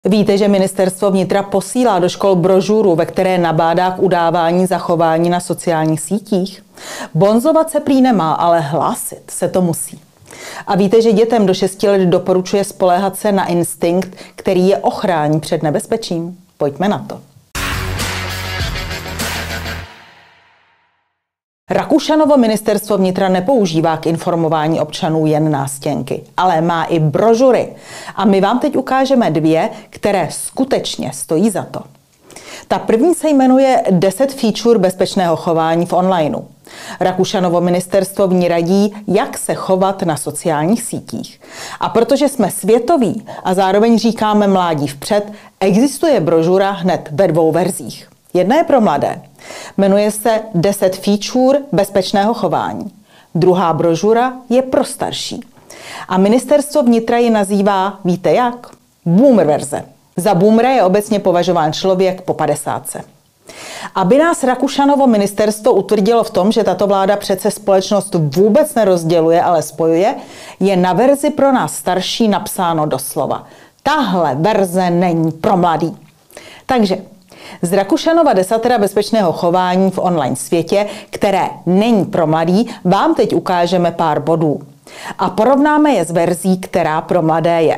Víte, že ministerstvo vnitra posílá do škol brožuru, ve které nabádá k udávání zachování na sociálních sítích? Bonzovat se prý nemá, ale hlásit se to musí. A víte, že dětem do 6 let doporučuje spoléhat se na instinkt, který je ochrání před nebezpečím? Pojďme na to. Rakušanovo ministerstvo vnitra nepoužívá k informování občanů jen nástěnky, ale má i brožury. A my vám teď ukážeme 2, které skutečně stojí za to. Ta první se jmenuje 10 feature bezpečného chování v onlineu. Rakušanovo ministerstvo v ní radí, jak se chovat na sociálních sítích. A protože jsme světoví a zároveň říkáme mládí vpřed, existuje brožura hned ve 2 verzích. Jedna je pro mladé. Jmenuje se 10 feature bezpečného chování. Druhá brožura je pro starší. A ministerstvo vnitra ji nazývá, víte jak? Boomer verze. Za boomera je obecně považován člověk po 50. Aby nás Rakušanovo ministerstvo utvrdilo v tom, že tato vláda přece společnost vůbec nerozděluje, ale spojuje, je na verzi pro nás starší napsáno doslova: tahle verze není pro mladý. Takže z Rakušanova desatera bezpečného chování v online světě, které není pro mladý, vám teď ukážeme pár bodů. A porovnáme je s verzí, která pro mladé je.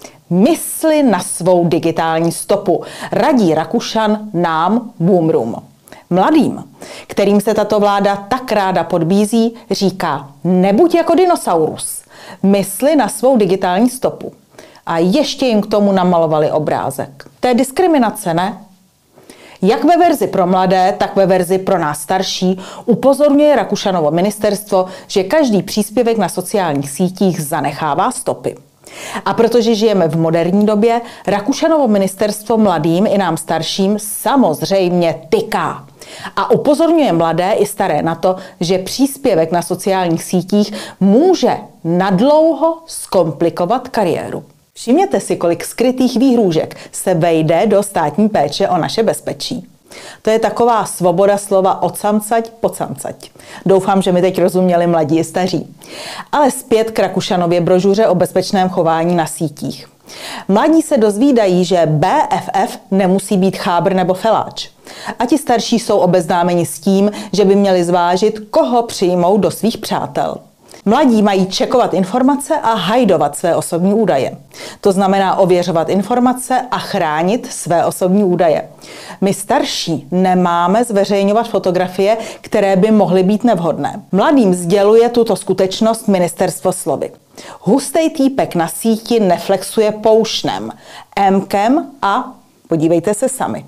Mysli na svou digitální stopu, radí Rakušan nám, boomerům. Mladým, kterým se tato vláda tak ráda podbízí, říká: nebuď jako dinosaurus, mysli na svou digitální stopu. A ještě jim k tomu namalovali obrázek. To je diskriminace, ne? Jak ve verzi pro mladé, tak ve verzi pro nás starší upozorňuje Rakušanovo ministerstvo, že každý příspěvek na sociálních sítích zanechává stopy. A protože žijeme v moderní době, Rakušanovo ministerstvo mladým i nám starším samozřejmě tyká. A upozorňuje mladé i staré na to, že příspěvek na sociálních sítích může nadlouho zkomplikovat kariéru. Všimněte si, kolik skrytých výhrůžek se vejde do státní péče o naše bezpečí. To je taková svoboda slova odsamcať pocamcať. Doufám, že mi teď rozuměli mladí i staří. Ale zpět k Rakušanově brožuře o bezpečném chování na sítích. Mladí se dozvídají, že BFF nemusí být chábr nebo feláč. A ti starší jsou obeznámeni s tím, že by měli zvážit, koho přijmou do svých přátel. Mladí mají čekovat informace a hajdovat své osobní údaje. To znamená ověřovat informace a chránit své osobní údaje. My starší nemáme zveřejňovat fotografie, které by mohly být nevhodné. Mladým sděluje tuto skutečnost ministerstvo slovy. Hustej týpek na síti neflexuje poušnem, M-kem a podívejte se sami.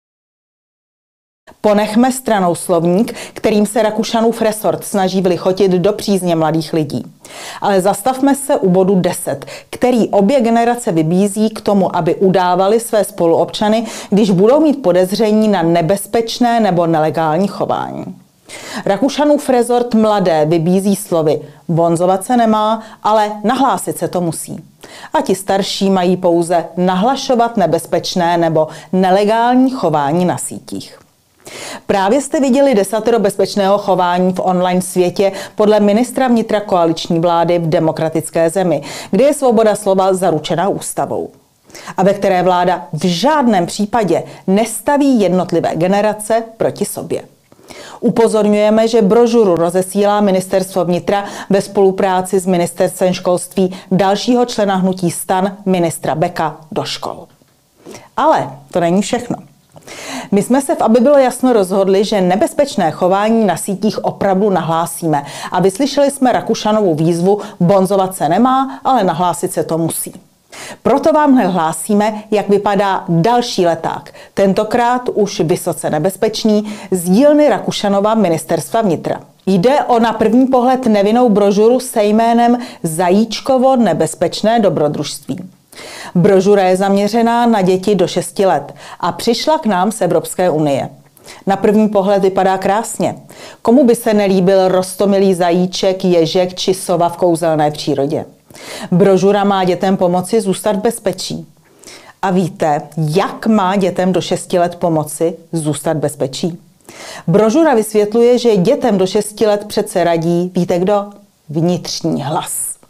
Ponechme stranou slovník, kterým se Rakušanův resort snaží vlichotit do přízně mladých lidí. Ale zastavme se u bodu 10, který obě generace vybízí k tomu, aby udávali své spoluobčany, když budou mít podezření na nebezpečné nebo nelegální chování. Rakušanův resort mladé vybízí slovy: bonzovat se nemá, ale nahlásit se to musí. A ti starší mají pouze nahlašovat nebezpečné nebo nelegální chování na sítích. Právě jste viděli desatero bezpečného chování v online světě podle ministra vnitra koaliční vlády v demokratické zemi, kde je svoboda slova zaručená ústavou. A ve které vláda v žádném případě nestaví jednotlivé generace proti sobě. Upozorňujeme, že brožuru rozesílá ministerstvo vnitra ve spolupráci s ministerstvem školství dalšího člena hnutí STAN, ministra Beka, do škol. Ale to není všechno. My jsme se, aby bylo jasno, rozhodli, že nebezpečné chování na sítích opravdu nahlásíme a vyslyšeli jsme Rakušanovu výzvu: bonzovat se nemá, ale nahlásit se to musí. Proto vám hlásíme, jak vypadá další leták, tentokrát už vysoce nebezpečný, z dílny Rakušanova ministerstva vnitra. Jde o na první pohled nevinnou brožuru se jménem Zajíčkovo nebezpečné dobrodružství. Brožura je zaměřená na děti do 6 let a přišla k nám z Evropské unie. Na první pohled vypadá krásně. Komu by se nelíbil roztomilý zajíček, ježek či sova v kouzelné přírodě? Brožura má dětem pomoci zůstat v bezpečí. A víte, jak má dětem do 6 let pomoci zůstat v bezpečí? Brožura vysvětluje, že dětem do 6 let přece radí, víte kdo? Vnitřní hlas.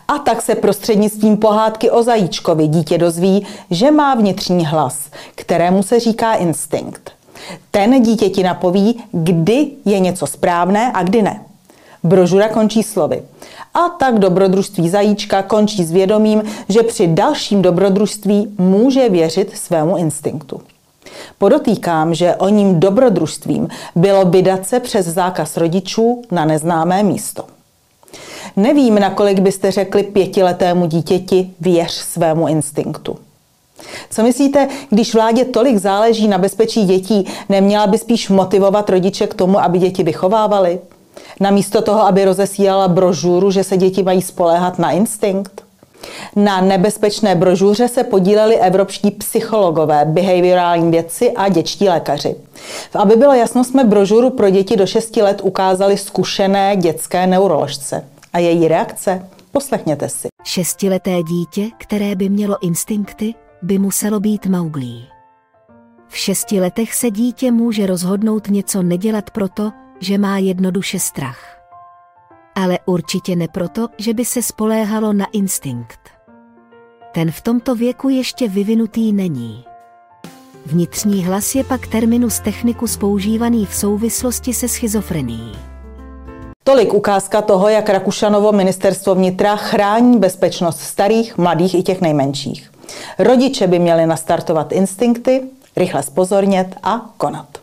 A tak se prostřednictvím pohádky o zajíčkovi dítě dozví, že má vnitřní hlas, kterému se říká instinkt. Ten dítěti napoví, kdy je něco správné a kdy ne. Brožura končí slovy. A tak dobrodružství zajíčka končí s vědomím, že při dalším dobrodružství může věřit svému instinktu. Podotýkám, že oním dobrodružstvím bylo vydat se přes zákaz rodičů na neznámé místo. Nevím, nakolik byste řekli 5letému dítěti věř svému instinktu. Co myslíte, když vládě tolik záleží na bezpečí dětí, neměla by spíš motivovat rodiče k tomu, aby děti vychovávali? Namísto toho, aby rozesílala brožuru, že se děti mají spoléhat na instinkt? Na nebezpečné brožuře se podíleli evropští psychologové, behaviorální vědci a dětští lékaři. Aby bylo jasno, jsme brožuru pro děti do 6 let ukázali zkušené dětské neuroložce. A její reakce? Poslechněte si. 6leté dítě, které by mělo instinkty, by muselo být Mauglí. V 6 letech se dítě může rozhodnout něco nedělat proto, že má jednoduše strach. Ale určitě ne proto, že by se spoléhalo na instinkt. Ten v tomto věku ještě vyvinutý není. Vnitřní hlas je pak terminus technicus používaný v souvislosti se schizofrenií. Tolik ukázka toho, jak Rakušanovo ministerstvo vnitra chrání bezpečnost starých, mladých i těch nejmenších. Rodiče by měli nastartovat instinkty, rychle zpozornět a konat.